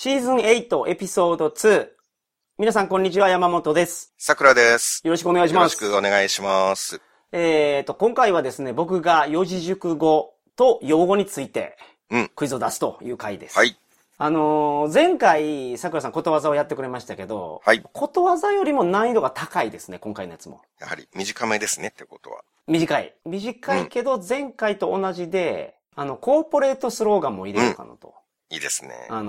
シーズン8エピソード2。皆さんこんにちは、山本です。 さくらです。 よろしくお願いします。 よろしくお願いします。 今回はですね、僕が四字熟語と用語についてクイズを出すという回です。 はい。 前回、さくらさんことわざをやってくれましたけど、 はい。 ことわざよりも難易度が高いですね、今回のやつも。 やはり短めですねってことは。 短いけど、前回と同じで、コーポレートスローガンも入れようかなと。 いいですね。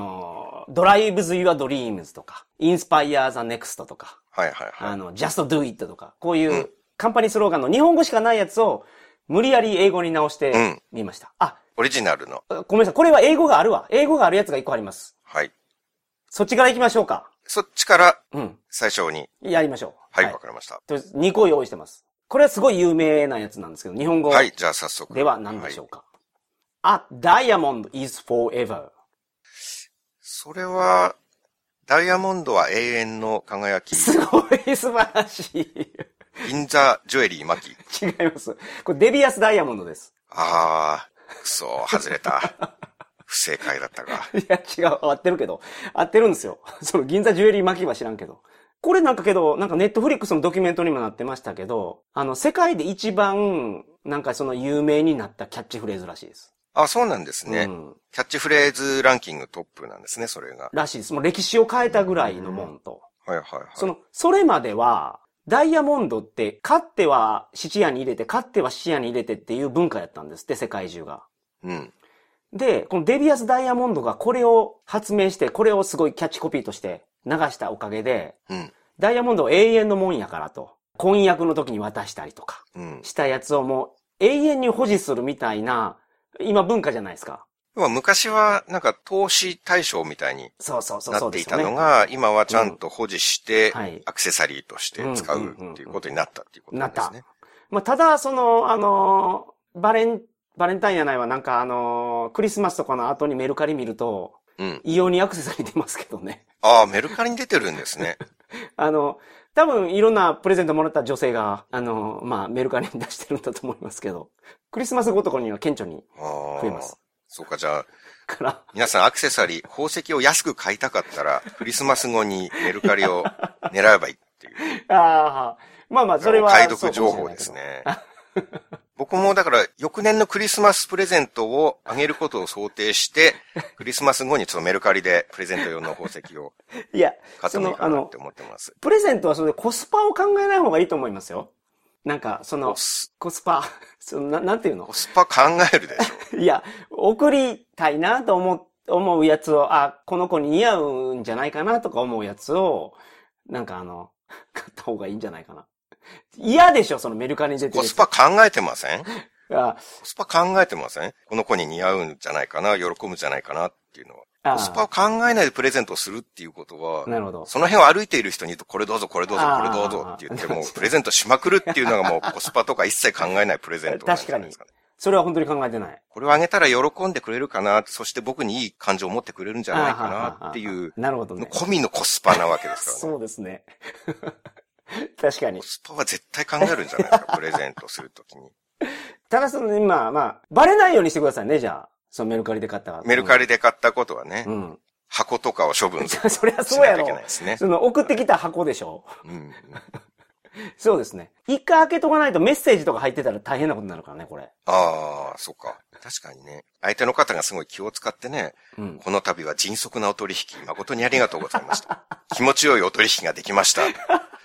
Drives Your Dreams とか、Inspire the Next とか、 はいはいはい。 Just Do It とか、こういうカンパニースローガンの日本語しかないやつを無理やり英語に直してみました。 オリジナルの。 ごめんなさい。これは英語があるわ。英語があるやつが1個あります。 はい。 そっちから行きましょうか。 そっちから、最初に。 やりましょう。 はい、わかりました。 2個用意してます。これはすごい有名なやつなんですけど、日本語。 はい、じゃあ早速。 では何でしょうか。Diamond is forever。 それは、ダイヤモンドは永遠の輝き。 すごい素晴らしい。 銀座ジュエリー巻き。 違います。これデビアスダイヤモンドです。 くそ、外れた。不正解だったが。 いや、違う。合ってるけど。合ってるんですよ。その銀座ジュエリー巻きは知らんけど。これなんかネットフリックスのドキュメントにもなってましたけど、世界で一番、有名になったキャッチフレーズらしいです。 そうなんですね。キャッチフレーズランキングトップなんですね、それが。 らしいです。もう歴史を変えたぐらいのもんと。 はいはいはい。 それまでは、ダイヤモンドって、勝っては質屋に入れて、勝っては質屋に入れてっていう文化やったんですって、世界中が。で、このデビアスダイヤモンドがこれを発明して、これをすごいキャッチコピーとして流したおかげで、ダイヤモンドは永遠のもんやからと、婚約の時に渡したりとか、したやつをもう永遠に保持するみたいな、今文化じゃないですか。 昔は投資対象みたいになっていたのが、今はちゃんと保持して、アクセサリーとして使うっていうことになったっていうことなんですね。 ただ、バレンタインやないわ、クリスマスとかの後にメルカリ見ると、異様にアクセサリー出ますけどね。 メルカリに出てるんですね。 多分いろんなプレゼントもらった女性が、メルカリに出してるんだと思いますけど、クリスマス後とかには顕著に増えます。 そうか、じゃあ、皆さんアクセサリー、宝石を安く買いたかったら、クリスマス後にメルカリを狙えばいいっていう。 それは。 お買い得情報ですね。僕もだから、翌年のクリスマスプレゼントをあげることを想定して、クリスマス後にちょっとメルカリでプレゼント用の宝石を買ってもいいかなって思ってます。 プレゼントはそれでコスパを考えない方がいいと思いますよ。コスパ、なんていうの？ コスパ考えるでしょ。 いや、送りたいなと思うやつを、この子に似合うんじゃないかなとか思うやつを、買った方がいいんじゃないかな。嫌でしょ、そのメルカリに出てる。 コスパ考えてません？コスパ考えてません？この子に似合うんじゃないかな、喜ぶんじゃないかなっていうのは。コスパを考えないでプレゼントをするっていうことは、 なるほど。 その辺を歩いている人に言うと、これどうぞ、これどうぞ、これどうぞって言っても、プレゼントしまくるっていうのがもうコスパとか一切考えないプレゼントなんじゃないですかね。 確かに。それは本当に考えてない。 これをあげたら喜んでくれるかな、そして僕にいい感情を持ってくれるんじゃないかなっていう、 なるほどね。 込みのコスパなわけですからね。 そうですね。確かに。 コスパは絶対考えるんじゃないですか、プレゼントするときに。 ただバレないようにしてくださいね、じゃあ。そのメルカリで買った。 メルカリで買ったことはね。箱とかを処分する。 そりゃそうやろ。 ね、 送ってきた箱でしょ。そうですね。一回開けとかないとメッセージとか入ってたら大変なことになるからね、これ。 そうか。確かにね。相手の方がすごい気を使ってね、この度は迅速なお取引、誠にありがとうございました。気持ちよいお取引ができました。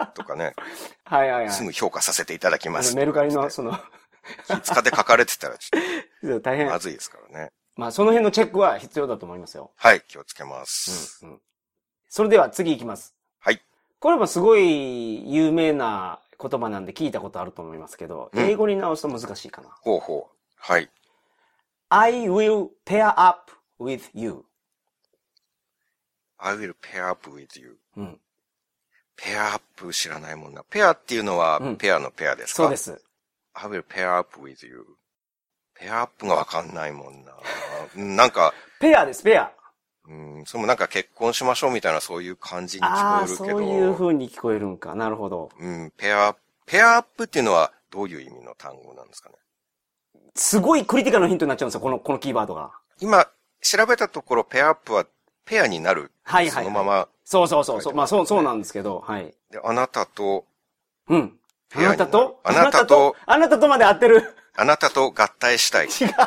とかね。すぐ評価させていただきます。 メルカリの気使って書かれてたらちょっと大変。 まずいですからね。 その辺のチェックは必要だと思いますよ。 はい、気をつけます。 それでは次行きます。 はい。 これもすごい有名な言葉なんで聞いたことあると思いますけど、英語に直すと難しいかな。 はい。 I will pair up with you. I will pair up with you. ペアアップ知らないもんな。ペアっていうのはペアのペアですか？ そうです。 I will pair up with you. ペアアップがわかんないもんな。 ペアです、ペア。 それも結婚しましょうみたいなそういう感じに聞こえるけど。 そういう風に聞こえるんか。なるほど。 ペアアップっていうのはどういう意味の単語なんですかね。 すごいクリティカルなヒントになっちゃうんですよ、このキーワードが。 今、調べたところペアアップはペアになる。はいはい、はい。そのまま。 そう。まあそうなんですけど、はい。 で、あなたと、 うん。 ペアになる。 あなたとまで合ってる。 あなたと合体したい。 違う。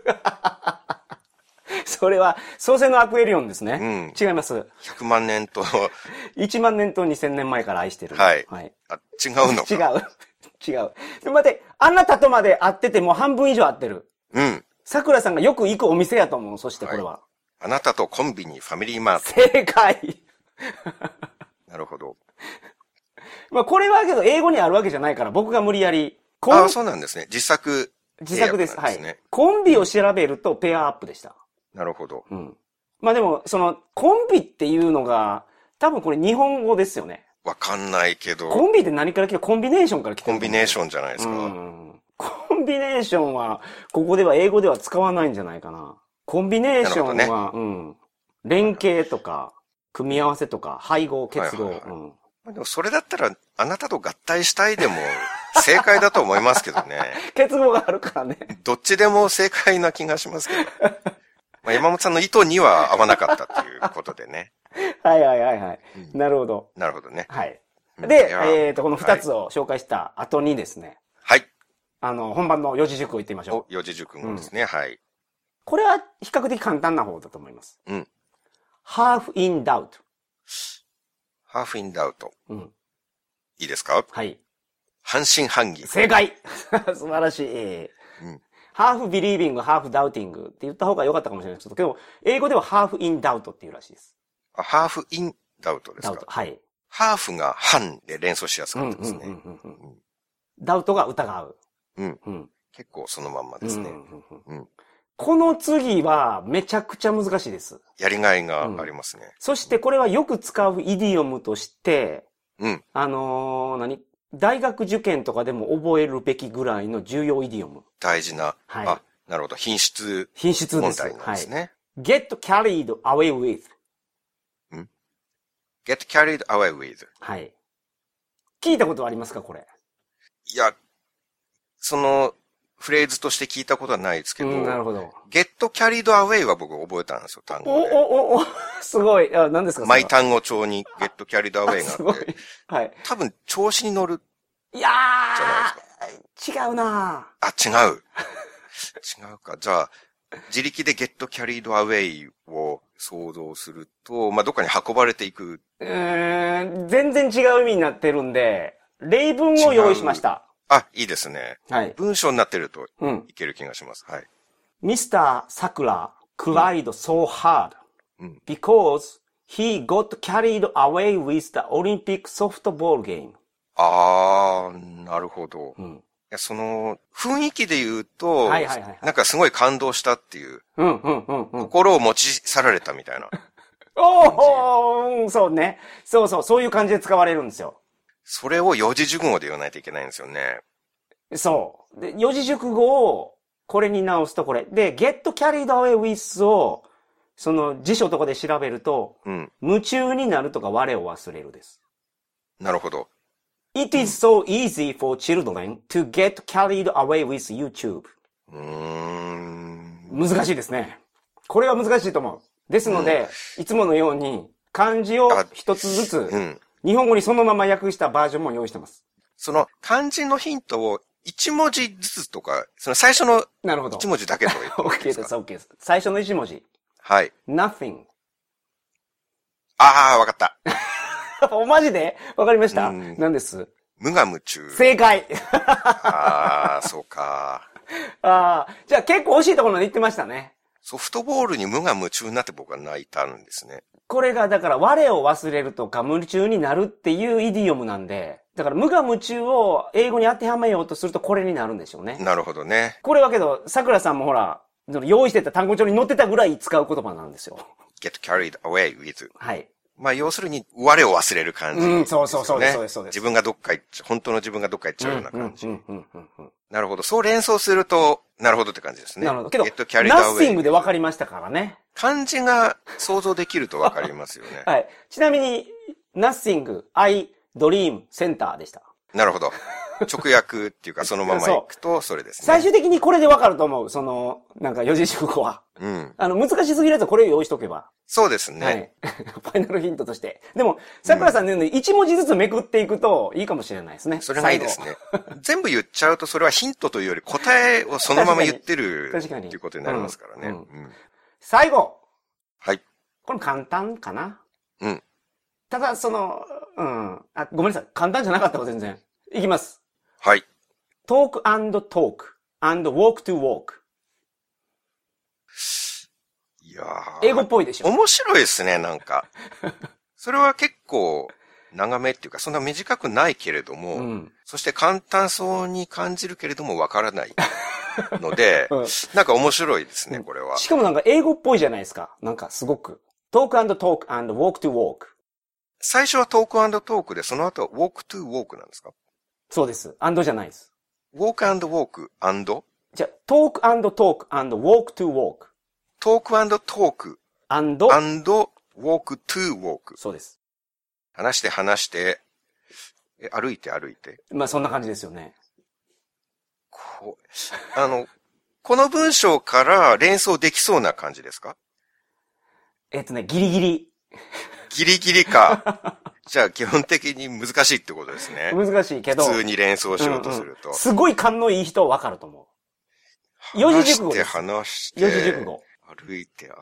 それは、創世のアクエリオンですね。うん。違います。 100万年と。 1万年と2000年前から愛してる。 はい。はい。あ、違うのか。 違う。で、待って、あなたとまで会っててもう半分以上会ってる。 うん。 桜さんがよく行くお店やと思う。そしてこれは。はい、 あなたとコンビニ、ファミリーマート。 正解。 なるほど。 まあこれはけど英語にあるわけじゃないから僕が無理やり。 ああ、そうなんですね。自作です。はい。コンビを調べるとペアアップでした。 なるほど。 うん。まあでも、コンビっていうのが、多分これ日本語ですよね。 わかんないけど。 コンビって何から来てコンビネーションから来てる。 コンビネーションじゃないですか。 コンビネーションは、ここでは英語では使わないんじゃないかな。コンビネーションは、ね、うん。連携とか、組み合わせとか、配合、結合。 でもそれだったら、あなたと合体したいでも、正解だと思いますけどね。 結合があるからね。 どっちでも正解な気がしますけど。まあ、山本さんの意図には合わなかったということでね。 はい。なるほど。 なるほどね。 はい。で、この2つを紹介した後にですね。 はい。 本番の四字熟語言ってみましょう。 四字熟語ですね、はい。 これは比較的簡単な方だと思います。 うん。 half in doubt。half in doubt。 うん。 いいですか？ はい。 半信半疑。 正解素晴らしい。うん。half believing, half doubting って言った方が良かったかもしれないですけど、英語では half in doubt っていうらしいです。 half in doubt ですか？ はい。 ハーフが半で連想しやすかったですね。 ダウトが疑う。 うん。結構そのまんまですね。 この次はめちゃくちゃ難しいです。 やりがいがありますね。 そしてこれはよく使うイディオムとして、大学受験とかでも覚えるべきぐらいの重要イディオム。 大事な。はい。あ、なるほど。品質問題なんですね。 get carried away with。get carried away with。 はい。聞いたことありますかこれ。 いや、そのフレーズとして聞いたことはないですけど。 なるほど。 get carried away は僕覚えたんですよ、単語で。 すごい。何ですか毎単語帳に get carried away があって。すごい。 はい。 多分、調子に乗る。 いやー、違うなあ、違う。違うか。じゃあ、自力で get carried away を想像すると、まあ、どっかに運ばれていく。 全然違う意味になってるんで、例文を用意しました。 あ、いいですね。 はい。 文章になってるといける気がします。はい。 Mr. Sakura cried so hard because he got carried away with the Olympic softball game. あー、なるほど。その、雰囲気で言うと、なんかすごい感動したっていう、心を持ち去られたみたいな。 そうね。そういう感じで使われるんですよ。 それを四字熟語で言わないといけないんですよね。 そう。で、四字熟語をこれに直すとこれ。で、get carried away with を、その辞書とかで調べると、夢中になるとか我を忘れるです。 なるほど。 It is so easy for children to get carried away with YouTube. 難しいですね。これは難しいと思う。ですので、いつものように漢字を一つずつ、日本語にそのまま訳したバージョンも用意してます。 その漢字のヒントを一文字ずつとか、その最初の一文字だけとか言ってもいいですか？ OK です。最初の一文字。 はい。 nothing。 わかった。 マジでわかりました？何です？ 無我夢中。 正解。 そうか。 じゃあ結構惜しいところまで言ってましたね。 ソフトボールに無我夢中になって僕は泣いたんですね。 これがだから我を忘れるとか夢中になるっていうイディオムなんで、だから無我夢中を英語に当てはめようとするとこれになるんでしょうね。 なるほどね。 これはけど、桜さんもほら、用意してた単語帳に載ってたぐらい使う言葉なんですよ。 get carried away with. はい。 まあ要するに我を忘れる感じ、 そうです。 自分がどっか本当の自分がどっか行っちゃうような感じ。なるほど。そう連想すると、なるほどって感じですね。 なるほど。けど、nothing で分かりましたからね。 漢字が想像できると分かりますよね。 はい。ちなみに、nothing, I dream center でした。 なるほど。 直訳っていうかそのまま行くとそれですね。 最終的にこれでわかると思う。なんか四字熟語は。うん。難しすぎるやつはこれを用意しとけば。 そうですね。はい。 ファイナルヒントとして。でも、桜さんのように一文字ずつめくっていくといいかもしれないですね。 それがいいですね。全部言っちゃうとそれはヒントというより答えをそのまま言ってるっていうことになりますからね。 最後。 はい。 これ簡単かな。 うん。 ただ、ごめんなさい。簡単じゃなかったわ、全然。いきます。 はい。 talk and talk and walk to walk。 いやー。 英語っぽいでしょ。 面白いですね、なんか。それは結構長めっていうか、そんな短くないけれども、そして簡単そうに感じるけれどもわからないので、なんか面白いですね、これは。 しかもなんか英語っぽいじゃないですか。なんかすごく。talk and talk and walk to walk。 最初はトーク&トークで、その後は walk to walk なんですか？ そうです。and じゃないです。 walk and walk and？ じゃあ、talk and talk and walk to walk。 トーク&トーク and walk to walk。 そうです。 話して、歩いて。 まあそんな感じですよね。 この文章から連想できそうな感じですか？ ギリギリ。 ギリギリか。じゃあ基本的に難しいってことですね。 難しいけど。 普通に連想しようとすると。 すごい勘のいい人はわかると思う。四字熟語です。 話して。 四字熟語。 歩いて。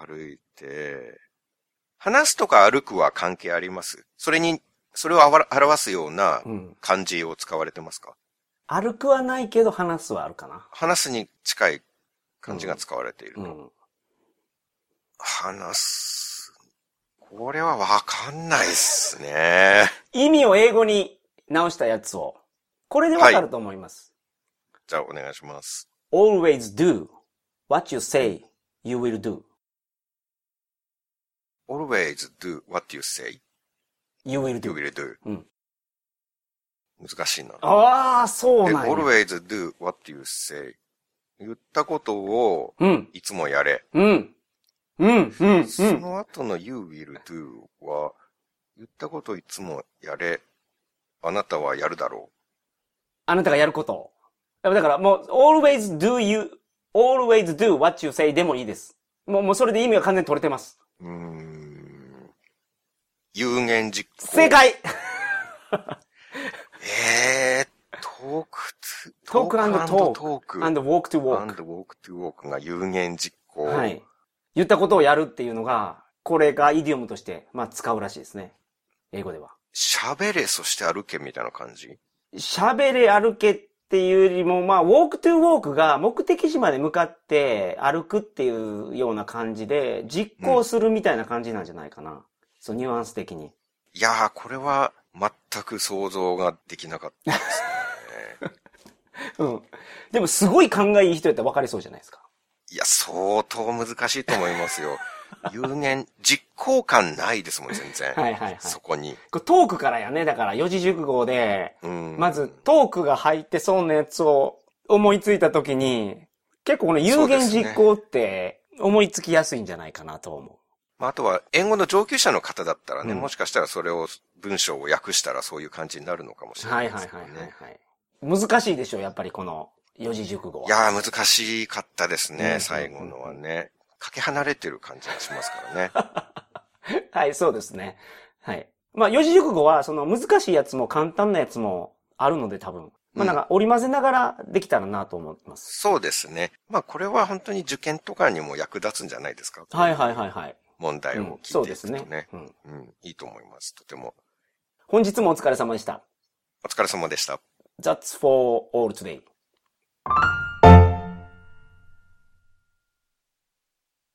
話すとか歩くは関係あります？それを表すような漢字を使われてますか？ 歩くはないけど話すはあるかな。 話すに近い漢字が使われていると。話す。これはわかんないっすね。 意味を英語に直したやつを。これでわかると思います。 はい、じゃあお願いします。 always do what you say you will do.always do what you say you will do. You will do. 難しいな。 ああ、そうなんや。 always do what you say. 言ったことをいつもやれ。その後の you will do は、言ったことをいつもやれ。あなたはやるだろう。 あなたがやること。だからもう、always do what you say でもいいです。もうそれで意味が完全に取れてます。 有言実行。 正解トーク&トーク and walk to walk and walk to walk が有言実行。 はい。言ったことをやるっていうのが、これがイディオムとして、使うらしいですね。英語では。 喋れ、そして歩けみたいな感じ？ 喋れ、歩けっていうよりも、walk to walk が目的地まで向かって歩くっていうような感じで、実行するみたいな感じなんじゃないかな。そう、ニュアンス的に。 いやー、これは全く想像ができなかったですね。 でもすごい勘がいい人やったら分かりそうじゃないですか。 いや、相当難しいと思いますよ。有言、実行感ないですもん、全然。 はい。 そこに。 トークからやね。だから四字熟語で、まずトークが入ってそうなやつを思いついたときに、結構この有言実行って思いつきやすいんじゃないかなと思う。 あとは、英語の上級者の方だったらね、もしかしたらそれを、文章を訳したらそういう感じになるのかもしれないですね。はい。 難しいでしょ、やっぱりこの四字熟語は。 いやー、難しかったですね、最後のはね。かけ離れてる感じがしますからね。はい、そうですね。はい。四字熟語は、その難しいやつも簡単なやつもあるので多分。なんか織り交ぜながらできたらなと思います。 そうですね。これは本当に受験とかにも役立つんじゃないですか。 はい。 問題を聞いていくとね。そうですね。いいと思います。とても。 本日もお疲れ様でした。 お疲れ様でした。 That's for all today.